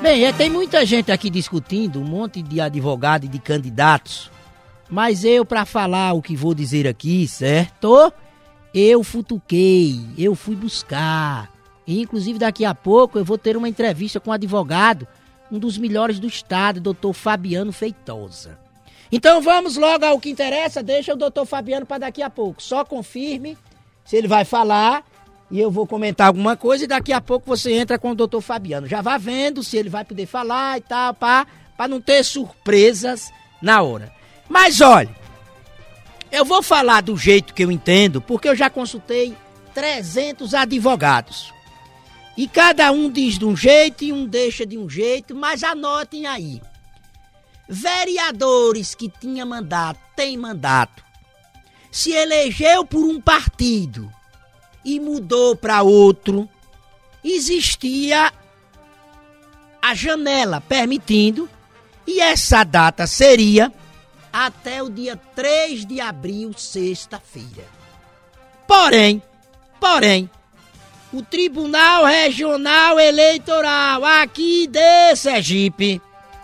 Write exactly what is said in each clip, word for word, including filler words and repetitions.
Bem, é, tem muita gente aqui discutindo, um monte de advogados e de candidatos, mas eu, para falar o que vou dizer aqui, certo? Eu futuquei, eu fui buscar, e inclusive daqui a pouco eu vou ter uma entrevista com um advogado, um dos melhores do estado, doutor Fabiano Feitosa. Então vamos logo ao que interessa, deixa o doutor Fabiano para daqui a pouco, só confirme se ele vai falar e eu vou comentar alguma coisa e daqui a pouco você entra com o doutor Fabiano. Já vá vendo se ele vai poder falar e tal, para não ter surpresas na hora. Mas olha, eu vou falar do jeito que eu entendo, porque eu já consultei trezentos advogados. E cada um diz de um jeito e um deixa de um jeito, mas anotem aí. Vereadores que tinham mandato, têm mandato, se elegeu por um partido e mudou para outro, existia a janela permitindo, e essa data seria até o dia três de abril, sexta-feira. Porém, porém, o Tribunal Regional Eleitoral aqui de Sergipe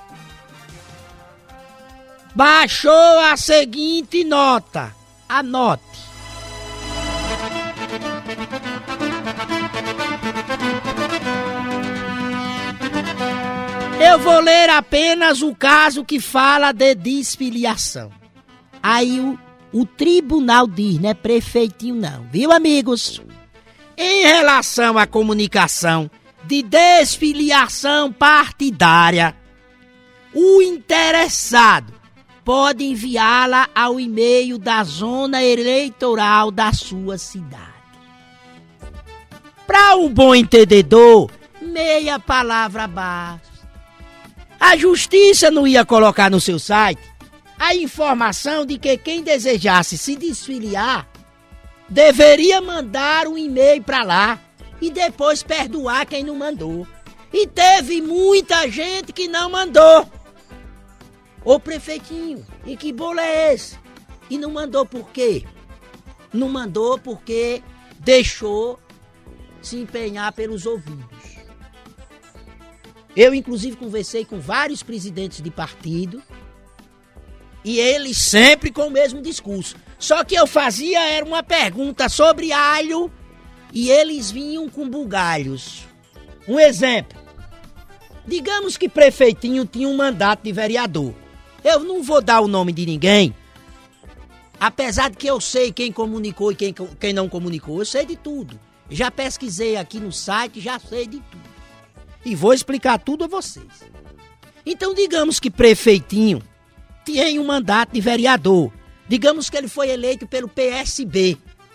baixou a seguinte nota. Anote. Eu vou ler apenas o caso que fala de desfiliação. Aí o, o tribunal diz, não é prefeitinho não, viu, amigos? Em relação à comunicação de desfiliação partidária, o interessado pode enviá-la ao e-mail da zona eleitoral da sua cidade. Para o bom entendedor, meia palavra basta. A justiça não ia colocar no seu site a informação de que quem desejasse se desfiliar deveria mandar um e-mail para lá e depois perdoar quem não mandou. E teve muita gente que não mandou. Ô prefeitinho, e que bolo é esse? E não mandou por quê? Não mandou porque deixou se empenhar pelos ouvidos. Eu, inclusive, conversei com vários presidentes de partido e eles sempre com o mesmo discurso. Só que eu fazia era uma pergunta sobre alho e eles vinham com bugalhos. Um exemplo. Digamos que prefeitinho tinha um mandato de vereador. Eu não vou dar o nome de ninguém, apesar de que eu sei quem comunicou e quem, quem não comunicou, eu sei de tudo. Já pesquisei aqui no site, já sei de tudo. E vou explicar tudo a vocês. Então, digamos que prefeitinho tem um mandato de vereador. Digamos que ele foi eleito pelo P S B,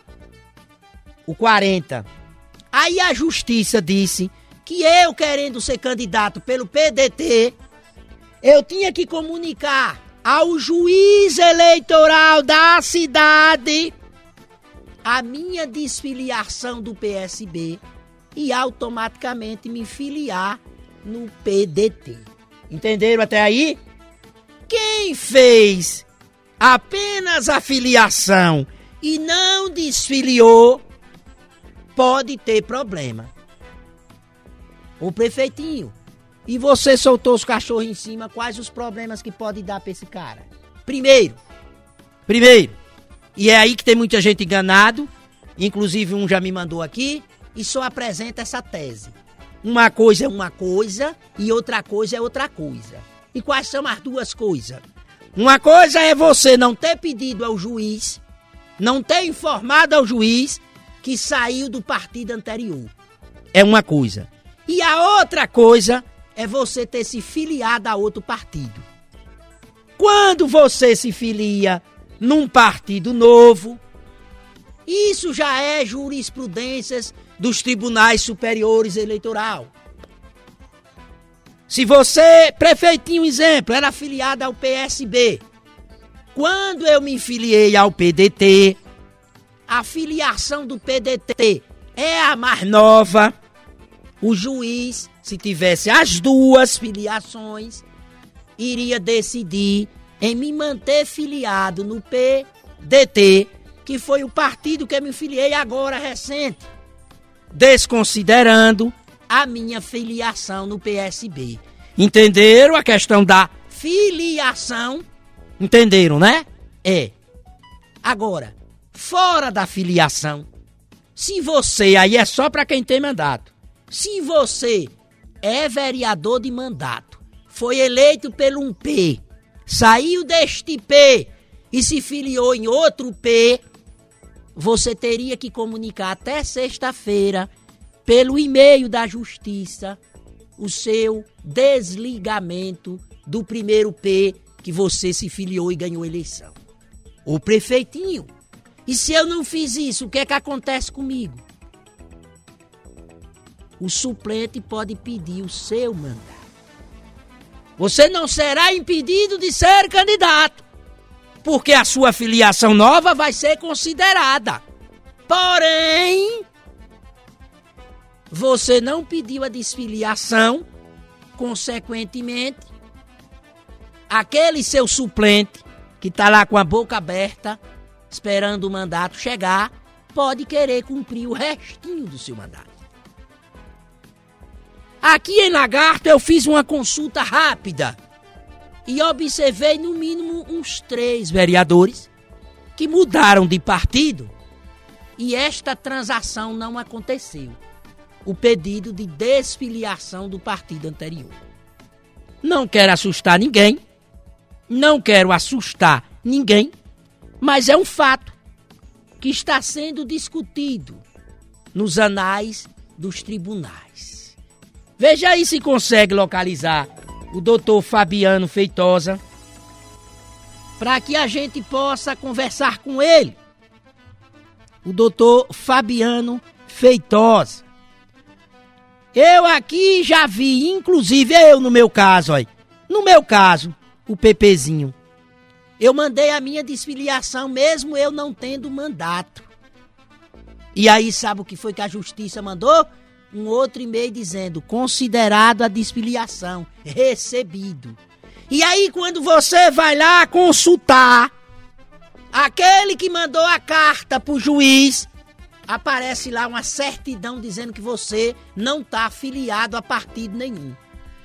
o quarenta. Aí a justiça disse que eu, querendo ser candidato pelo P D T, eu tinha que comunicar ao juiz eleitoral da cidade a minha desfiliação do P S B e automaticamente me filiar no P D T. Entenderam até aí? Quem fez apenas a filiação e não desfiliou pode ter problema. O prefeitinho, e você soltou os cachorros em cima, quais os problemas que pode dar pra esse cara? Primeiro, primeiro, e é aí que tem muita gente enganado, inclusive um já me mandou aqui, e só apresenta essa tese. Uma coisa é uma coisa e outra coisa é outra coisa. E quais são as duas coisas? Uma coisa é você não ter pedido ao juiz, não ter informado ao juiz que saiu do partido anterior. É uma coisa. E a outra coisa é você ter se filiado a outro partido. Quando você se filia num partido novo, isso já é jurisprudências dos tribunais superiores eleitoral. Se você, prefeitinho, exemplo, era filiado ao P S B, quando eu me filiei ao P D T, a filiação do P D T é a mais nova. O juiz, se tivesse as duas filiações, iria decidir em me manter filiado no P D T, que foi o partido que eu me filiei agora recente, desconsiderando a minha filiação no P S B. Entenderam a questão da filiação? Entenderam, né? É. Agora, fora da filiação, se você, aí é só para quem tem mandato, se você é vereador de mandato, foi eleito pelo um P, saiu deste P e se filiou em outro P, você teria que comunicar até sexta-feira, pelo e-mail da Justiça, o seu desligamento do primeiro P que você se filiou e ganhou a eleição. O prefeitinho. E se eu não fiz isso, o que é que acontece comigo? O suplente pode pedir o seu mandato. Você não será impedido de ser candidato, porque a sua filiação nova vai ser considerada. Porém, você não pediu a desfiliação, consequentemente, aquele seu suplente, que está lá com a boca aberta, esperando o mandato chegar, pode querer cumprir o restinho do seu mandato. Aqui em Lagarto eu fiz uma consulta rápida e observei no mínimo uns três vereadores que mudaram de partido e esta transação não aconteceu. O pedido de desfiliação do partido anterior. Não quero assustar ninguém, não quero assustar ninguém, mas é um fato que está sendo discutido nos anais dos tribunais. Veja aí se consegue localizar o doutor Fabiano Feitosa para que a gente possa conversar com ele. O doutor Fabiano Feitosa. Eu aqui já vi, inclusive eu no meu caso, ó, no meu caso, o PPzinho. Eu mandei a minha desfiliação mesmo eu não tendo mandato. E aí sabe o que foi que a justiça mandou? Um outro e-mail dizendo, considerado a desfiliação, recebido. E aí quando você vai lá consultar, aquele que mandou a carta pro juiz, aparece lá uma certidão dizendo que você não está afiliado a partido nenhum.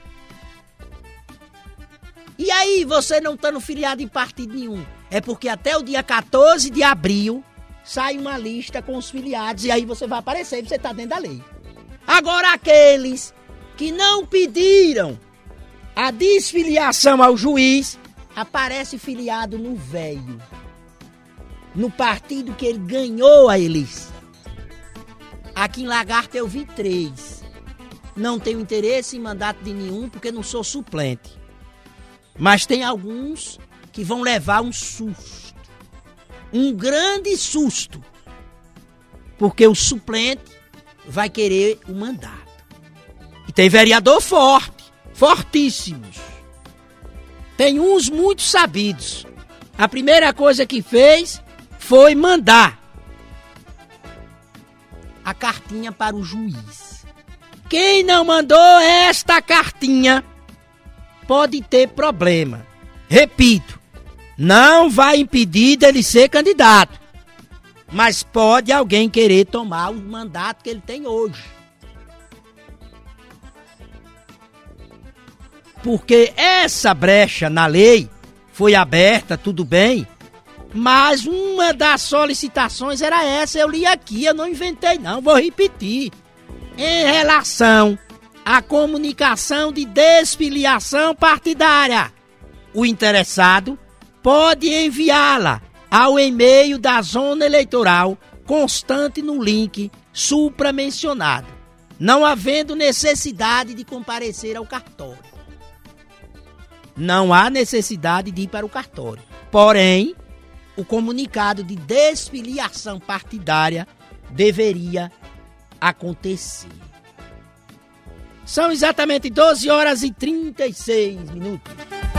E aí, você não estando filiado em partido nenhum, é porque até o dia quatorze de abril sai uma lista com os filiados e aí você vai aparecer e você está dentro da lei. Agora, aqueles que não pediram a desfiliação ao juiz, aparece filiado no velho, no partido que ele ganhou a eleição. Aqui em Lagarto eu vi três. Não tenho interesse em mandato de nenhum porque não sou suplente. Mas tem alguns que vão levar um susto. Um grande susto. Porque o suplente vai querer o mandato. E tem vereador forte, fortíssimos. Tem uns muito sabidos. A primeira coisa que fez foi mandar a cartinha para o juiz. Quem não mandou esta cartinha pode ter problema. Repito, não vai impedir dele ser candidato, mas pode alguém querer tomar o mandato que ele tem hoje. Porque essa brecha na lei foi aberta, tudo bem, mas uma das solicitações era essa, eu li aqui, eu não inventei não, vou repetir. Em relação à comunicação de desfiliação partidária, o interessado pode enviá-la ao e-mail da zona eleitoral constante no link supramencionado, não havendo necessidade de comparecer ao cartório. Não há necessidade de ir para o cartório. Porém, o comunicado de desfiliação partidária deveria acontecer. São exatamente doze horas e trinta e seis minutos.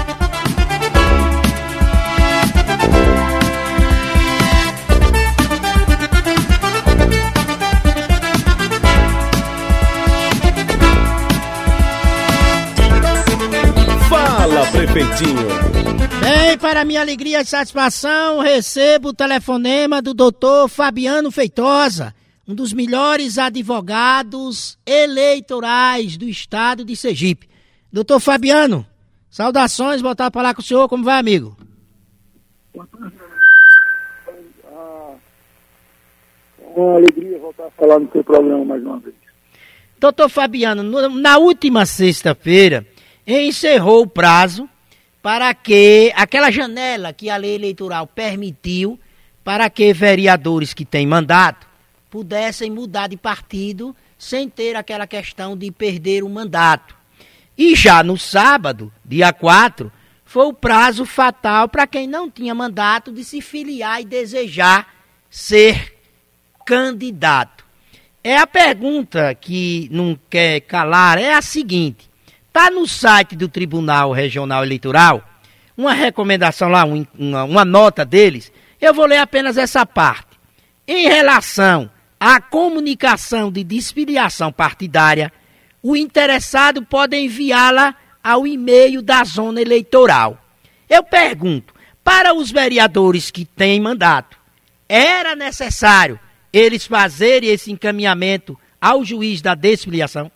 Fala, prefeitinho. Bem, para minha alegria e satisfação, recebo o telefonema do doutor Fabiano Feitosa, um dos melhores advogados eleitorais do estado de Sergipe. Doutor Fabiano, saudações, voltar a falar com o senhor, como vai, amigo? Uma alegria voltar a falar no seu programa mais uma vez. Doutor Fabiano, no, na última sexta-feira, encerrou o prazo para que aquela janela que a lei eleitoral permitiu para que vereadores que têm mandato pudessem mudar de partido sem ter aquela questão de perder o mandato. E já no sábado, dia quatro, foi o prazo fatal para quem não tinha mandato de se filiar e desejar ser candidato. É a pergunta que não quer calar, é a seguinte: está no site do Tribunal Regional Eleitoral uma recomendação lá, um, uma, uma nota deles, eu vou ler apenas essa parte. Em relação à comunicação de desfiliação partidária, o interessado pode enviá-la ao e-mail da zona eleitoral. Eu pergunto, para os vereadores que têm mandato, era necessário eles fazerem esse encaminhamento ao juiz da desfiliação?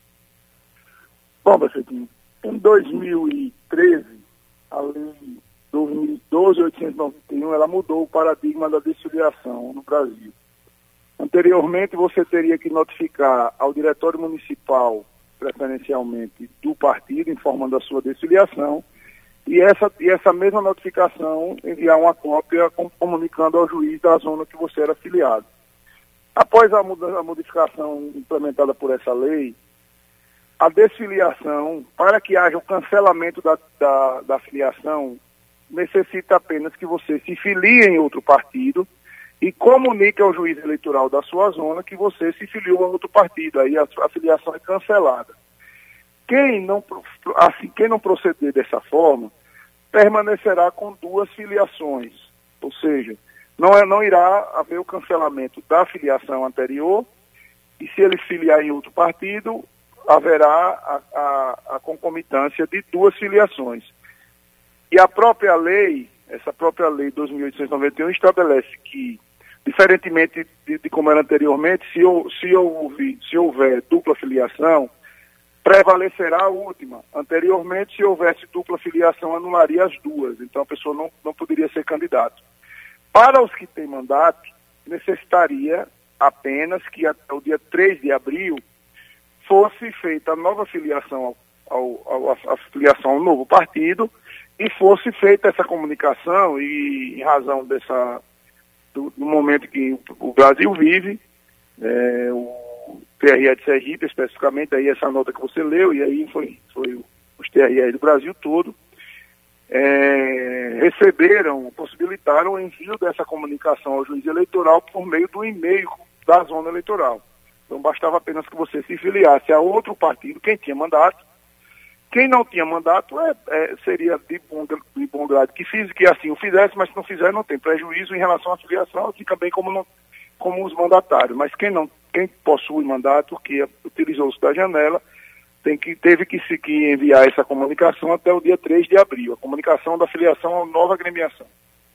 Bom, prefeitinho, em dois mil e treze, a lei doze mil oitocentos e noventa e um, ela mudou o paradigma da desfiliação no Brasil. Anteriormente, você teria que notificar ao diretório municipal, preferencialmente do partido, informando a sua desfiliação, e essa, e essa mesma notificação enviar uma cópia comunicando ao juiz da zona que você era filiado. Após a, muda, a modificação implementada por essa lei, a desfiliação, para que haja o cancelamento da, da, da filiação, necessita apenas que você se filie em outro partido e comunique ao juiz eleitoral da sua zona que você se filiou a outro partido. Aí a, a filiação é cancelada. Quem não, assim, quem não proceder dessa forma, permanecerá com duas filiações. Ou seja, não, é, não irá haver o cancelamento da filiação anterior e se ele filiar em outro partido, haverá a, a, a concomitância de duas filiações. E a própria lei, essa própria lei doze mil oitocentos e noventa e um estabelece que, diferentemente de, de como era anteriormente, se, se, houve, se houver dupla filiação, prevalecerá a última. Anteriormente, se houvesse dupla filiação, anularia as duas. Então, a pessoa não, não poderia ser candidato. Para os que têm mandato, necessitaria apenas que até o dia três de abril fosse feita a nova filiação ao, ao, ao, a filiação ao novo partido e fosse feita essa comunicação e, em razão dessa, do, do momento que o, o Brasil vive, é, o T R E de Sergipe, especificamente, aí essa nota que você leu, e aí foi, foi os T R E do Brasil todo, é, receberam, possibilitaram o envio dessa comunicação ao juiz eleitoral por meio do e-mail da zona eleitoral. Então bastava apenas que você se filiasse a outro partido, quem tinha mandato. Quem não tinha mandato é, é, seria de bom, de bom grado que, fiz, que assim o fizesse, mas se não fizer não tem prejuízo em relação à filiação, fica bem como, não, como os mandatários. Mas quem não, quem possui mandato, que utilizou-se da janela, tem que, teve que, se, que enviar essa comunicação até o dia três de abril, a comunicação da filiação à nova agremiação.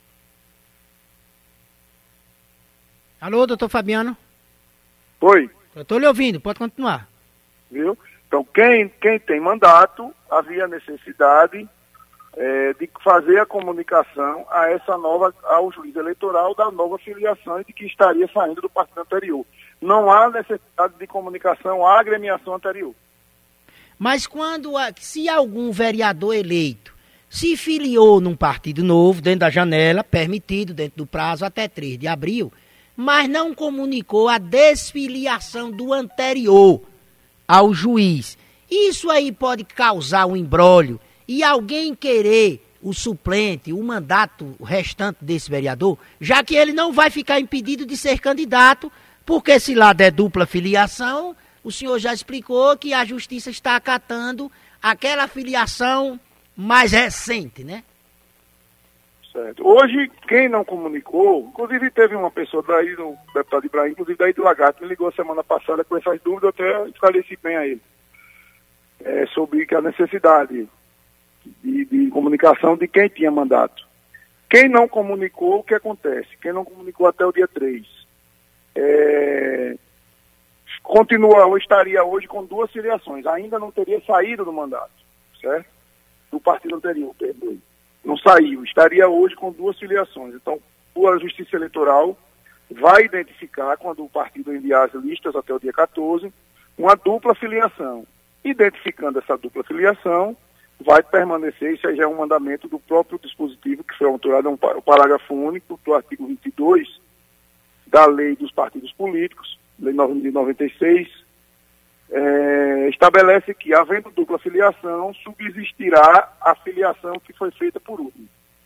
Alô, doutor Fabiano? Oi. Eu estou lhe ouvindo, pode continuar. Viu? Então, quem, quem tem mandato, havia necessidade é, de fazer a comunicação a essa nova, ao juiz eleitoral da nova filiação e de que estaria saindo do partido anterior. Não há necessidade de comunicação à agremiação anterior. Mas quando, se algum vereador eleito se filiou num partido novo, dentro da janela, permitido, dentro do prazo até três de abril, mas não comunicou a desfiliação do anterior ao juiz, isso aí pode causar um imbróglio e alguém querer o suplente, o mandato restante desse vereador, já que ele não vai ficar impedido de ser candidato, porque se lá der dupla filiação, o senhor já explicou que a justiça está acatando aquela filiação mais recente, né? Certo. Hoje, quem não comunicou, inclusive teve uma pessoa daí, o deputado Ibrahim, inclusive daí do Lagarto, me ligou semana passada com essas dúvidas, eu até esclareci bem a ele, é, sobre que a necessidade de, de comunicação de quem tinha mandato. Quem não comunicou, o que acontece? Quem não comunicou até o dia três, é, continua ou estaria hoje com duas filiações, ainda não teria saído do mandato. certo? Do partido anterior, perdoe. Não saiu. Estaria hoje com duas filiações. Então, a Justiça Eleitoral vai identificar, quando o partido enviar as listas até o dia quatorze, uma dupla filiação. Identificando essa dupla filiação, vai permanecer, isso aí já é um mandamento do próprio dispositivo, que foi autorado, um, o parágrafo único do artigo vinte e dois da Lei dos Partidos Políticos, Lei nove de noventa e seis, é, estabelece que, havendo dupla filiação, subsistirá a filiação que foi feita por último.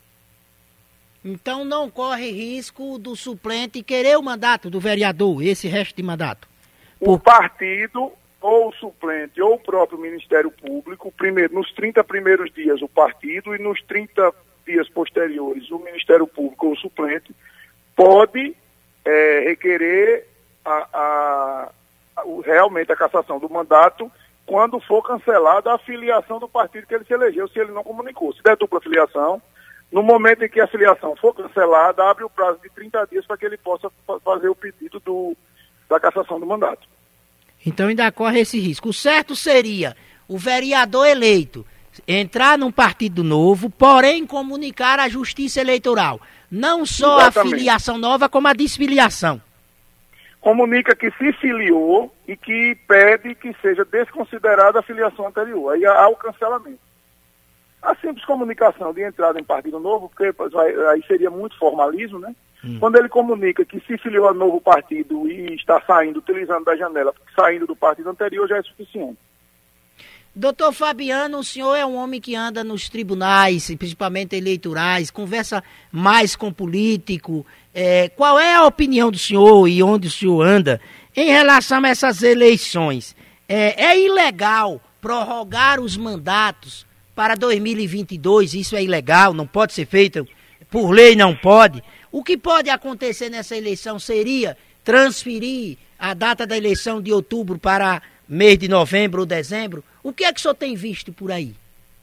Então não corre risco do suplente querer o mandato do vereador, esse resto de mandato? O partido, ou o suplente, ou o próprio Ministério Público, primeiro, nos trinta primeiros dias o partido e nos trinta dias posteriores o Ministério Público ou o suplente, pode é, requerer a, a, a, realmente a cassação do mandato quando for cancelada a filiação do partido que ele se elegeu, se ele não comunicou. Se der dupla filiação, no momento em que a filiação for cancelada, abre o prazo de trinta dias para que ele possa fazer o pedido do, da cassação do mandato. Então ainda corre esse risco. O certo seria o vereador eleito entrar num partido novo, porém comunicar à Justiça Eleitoral não só Exatamente. A filiação nova, como a desfiliação. Comunica que se filiou e que pede que seja desconsiderada a filiação anterior. Aí há o cancelamento. A simples comunicação de entrada em partido novo, porque vai, aí seria muito formalismo, né? Hum. Quando ele comunica que se filiou a novo partido e está saindo, utilizando da janela, saindo do partido anterior, já é suficiente. Doutor Fabiano, o senhor é um homem que anda nos tribunais, principalmente eleitorais, conversa mais com político. É, qual é a opinião do senhor e onde o senhor anda em relação a essas eleições? É, é ilegal prorrogar os mandatos para dois mil e vinte e dois? Isso é ilegal, não pode ser feito, por lei não pode. O que pode acontecer nessa eleição seria transferir a data da eleição de outubro para mês de novembro ou dezembro? O que é que o senhor tem visto por aí?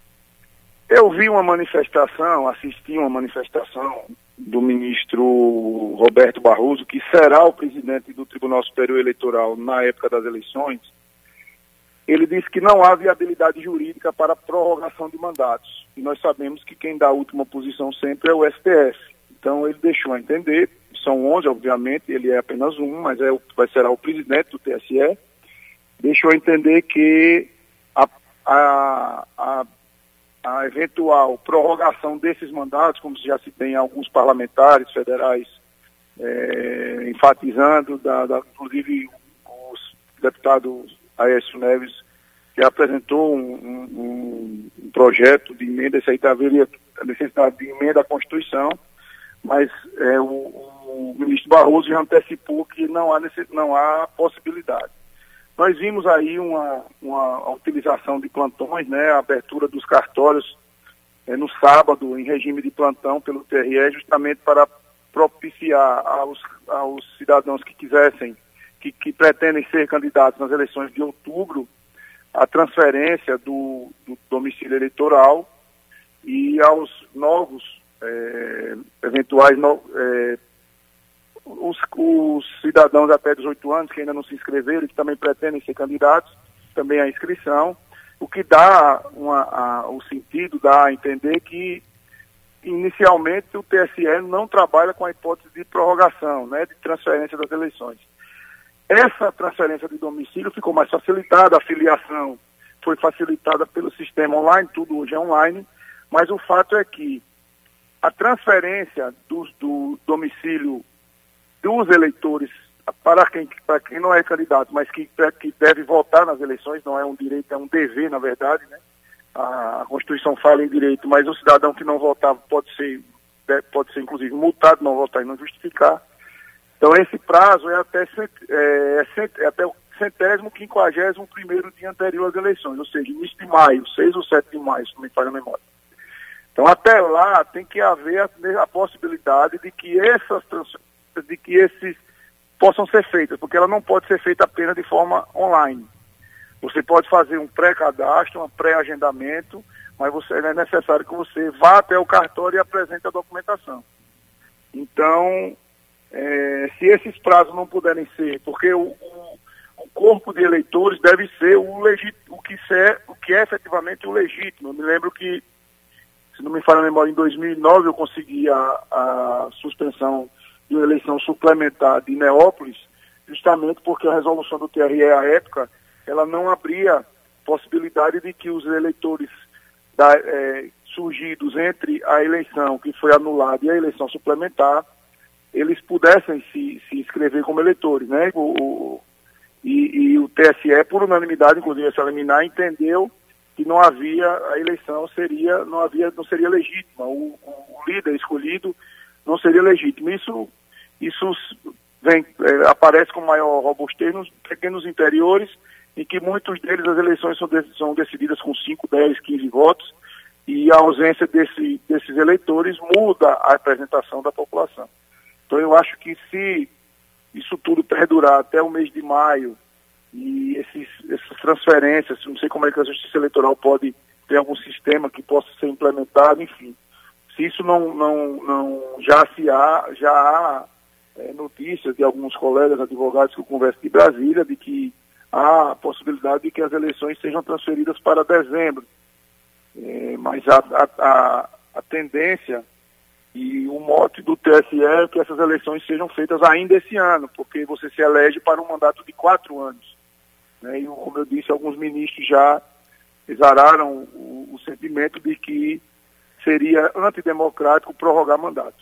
Eu vi uma manifestação, assisti uma manifestação do ministro Roberto Barroso, que será o presidente do Tribunal Superior Eleitoral na época das eleições. Ele disse que não há viabilidade jurídica para prorrogação de mandatos. E nós sabemos que quem dá a última posição sempre é o S T F. Então ele deixou a entender, são onze, obviamente, ele é apenas um, mas é o, vai ser o presidente do T S E, deixou a entender que a, a, a, a eventual prorrogação desses mandatos, como já se tem alguns parlamentares federais é, enfatizando, da, da, inclusive os deputados Aécio Neves, que apresentou um, um, um projeto de emenda, isso aí haveria a necessidade de emenda à Constituição, mas é, o, o ministro Barroso já antecipou que não há, necess, não há possibilidade. Nós vimos aí uma, uma utilização de plantões, né, a abertura dos cartórios é, no sábado, em regime de plantão pelo T R E, justamente para propiciar aos, aos cidadãos que quisessem, que, que pretendem ser candidatos nas eleições de outubro, a transferência do, do domicílio eleitoral e aos novos, é, eventuais, no, é, os, os cidadãos até dezoito anos que ainda não se inscreveram e que também pretendem ser candidatos, também a inscrição, o que dá uma, a, o sentido, dá a entender que inicialmente o T S E não trabalha com a hipótese de prorrogação, né, de transferência das eleições. Essa transferência de domicílio ficou mais facilitada, a filiação foi facilitada pelo sistema online, tudo hoje é online, mas o fato é que a transferência do, do domicílio dos eleitores para quem, para quem não é candidato, mas que, que deve votar nas eleições, não é um direito, é um dever, na verdade, né? A Constituição fala em direito, mas o cidadão que não votar pode ser, pode ser inclusive multado, não votar e não justificar. Então esse prazo é até, é, é até o centésimo, quinquagésimo primeiro dia anterior às eleições, ou seja, início de maio, seis ou sete de maio, se não me falha a memória. Então até lá tem que haver a, a possibilidade de que essas de que esses possam ser feitas, porque ela não pode ser feita apenas de forma online. Você pode fazer um pré-cadastro, um pré-agendamento, mas você, é necessário que você vá até o cartório e apresente a documentação. Então, é, se esses prazos não puderem ser, porque o, o, o corpo de eleitores deve ser o, legit, o, que ser, o que que é efetivamente o legítimo. Eu me lembro que, se não me falha a memória, em dois mil e nove eu consegui a, a suspensão de uma eleição suplementar de Neópolis, justamente porque a resolução do T R E à época, ela não abria possibilidade de que os eleitores da, é, surgidos entre a eleição que foi anulada e a eleição suplementar, eles pudessem se, se inscrever como eleitores, né? O, o, e, e o T S E, por unanimidade, inclusive essa liminar, entendeu que não havia, a eleição seria, não havia, não seria legítima, o, o líder escolhido não seria legítimo. Isso, isso vem, é, aparece com maior robustez nos pequenos interiores, em que muitos deles as eleições são, de, são decididas com cinco, dez, quinze votos, e a ausência desse, desses eleitores muda a representação da população. Então eu acho que se isso tudo perdurar até o mês de maio, e esses, essas transferências, não sei como é que a Justiça Eleitoral pode ter algum sistema que possa ser implementado, enfim. Se isso não, não, não já se há, já há é, notícias de alguns colegas advogados que eu converso de Brasília, de que há a possibilidade de que as eleições sejam transferidas para dezembro. É, mas a, a, a, a tendência e o mote do T S E é que essas eleições sejam feitas ainda esse ano, porque você se elege para um mandato de quatro anos. Né? E, como eu disse, alguns ministros já exararam o, o sentimento de que seria antidemocrático prorrogar mandato.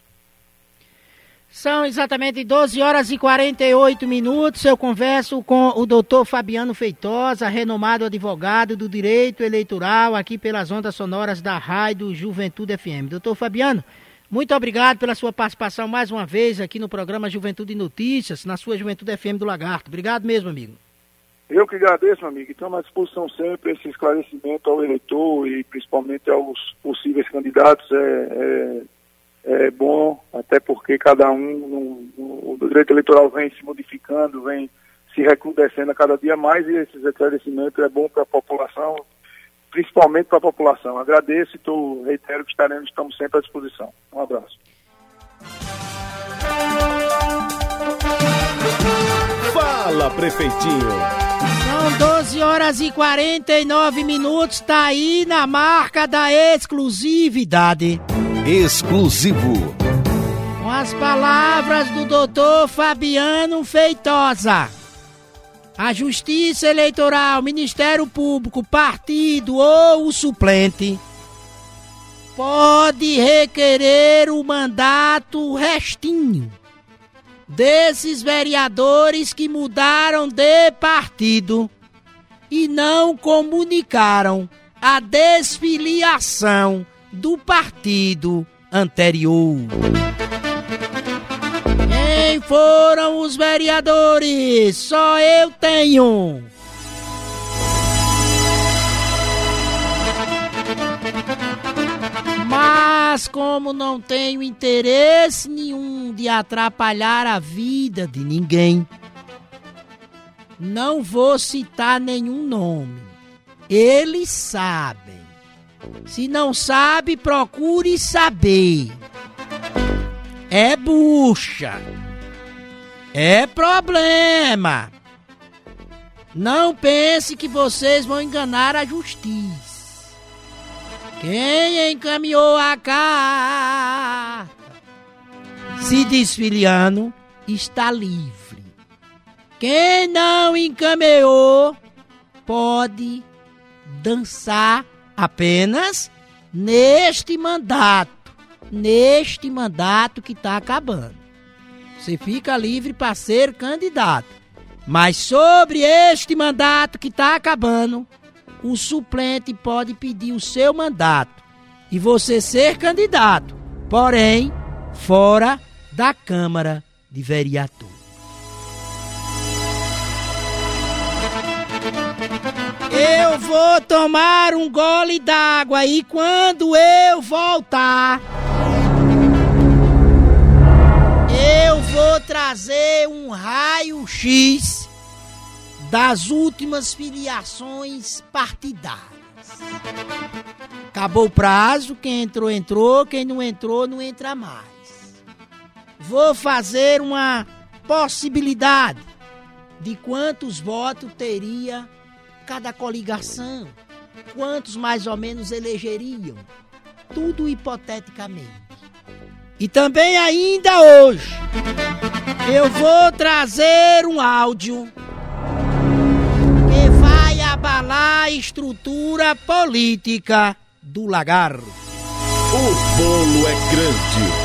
São exatamente doze horas e quarenta e oito minutos. Eu converso com o doutor Fabiano Feitosa, renomado advogado do direito eleitoral, aqui pelas ondas sonoras da Rádio Juventude F M. Doutor Fabiano, muito obrigado pela sua participação mais uma vez aqui no programa Juventude Notícias, na sua Juventude F M do Lagarto. Obrigado mesmo, amigo. Eu que agradeço, amigo. Estamos à disposição sempre, esse esclarecimento ao eleitor e principalmente aos possíveis candidatos é, é, é bom, até porque cada um, no, no, o direito eleitoral vem se modificando, vem se recrudescendo a cada dia mais, e esse esclarecimento é bom para a população, principalmente para a população. Agradeço e tô, reitero que estaremos, estamos sempre à disposição. Um abraço. Fala, prefeitinho. São doze horas e quarenta e nove minutos, tá aí na marca da exclusividade. Exclusivo. Com as palavras do doutor Fabiano Feitosa. A Justiça Eleitoral, Ministério Público, partido ou o suplente pode requerer o mandato restinho desses vereadores que mudaram de partido e não comunicaram a desfiliação do partido anterior. Quem foram os vereadores? Só eu tenho. Mas como não tenho interesse nenhum de atrapalhar a vida de ninguém, não vou citar nenhum nome. Eles sabem. Se não sabe, procure saber. É bucha. É problema. Não pense que vocês vão enganar a justiça. Quem encaminhou a carta se desfiliando está livre. Quem não encaminhou pode dançar apenas neste mandato, neste mandato que está acabando. Você fica livre para ser candidato, mas sobre este mandato que está acabando, o suplente pode pedir o seu mandato e você ser candidato, porém, fora da Câmara de Vereadores. Eu vou tomar um gole d'água e quando eu voltar, eu vou trazer um raio-x das últimas filiações partidárias. Acabou o prazo, quem entrou, entrou, quem não entrou, não entra mais. Vou fazer uma possibilidade de quantos votos teria cada coligação. quantos mais ou menos elegeriam? Tudo hipoteticamente. E também ainda hoje, eu vou trazer um áudio que vai abalar a estrutura política do Lagar. O bolo é grande.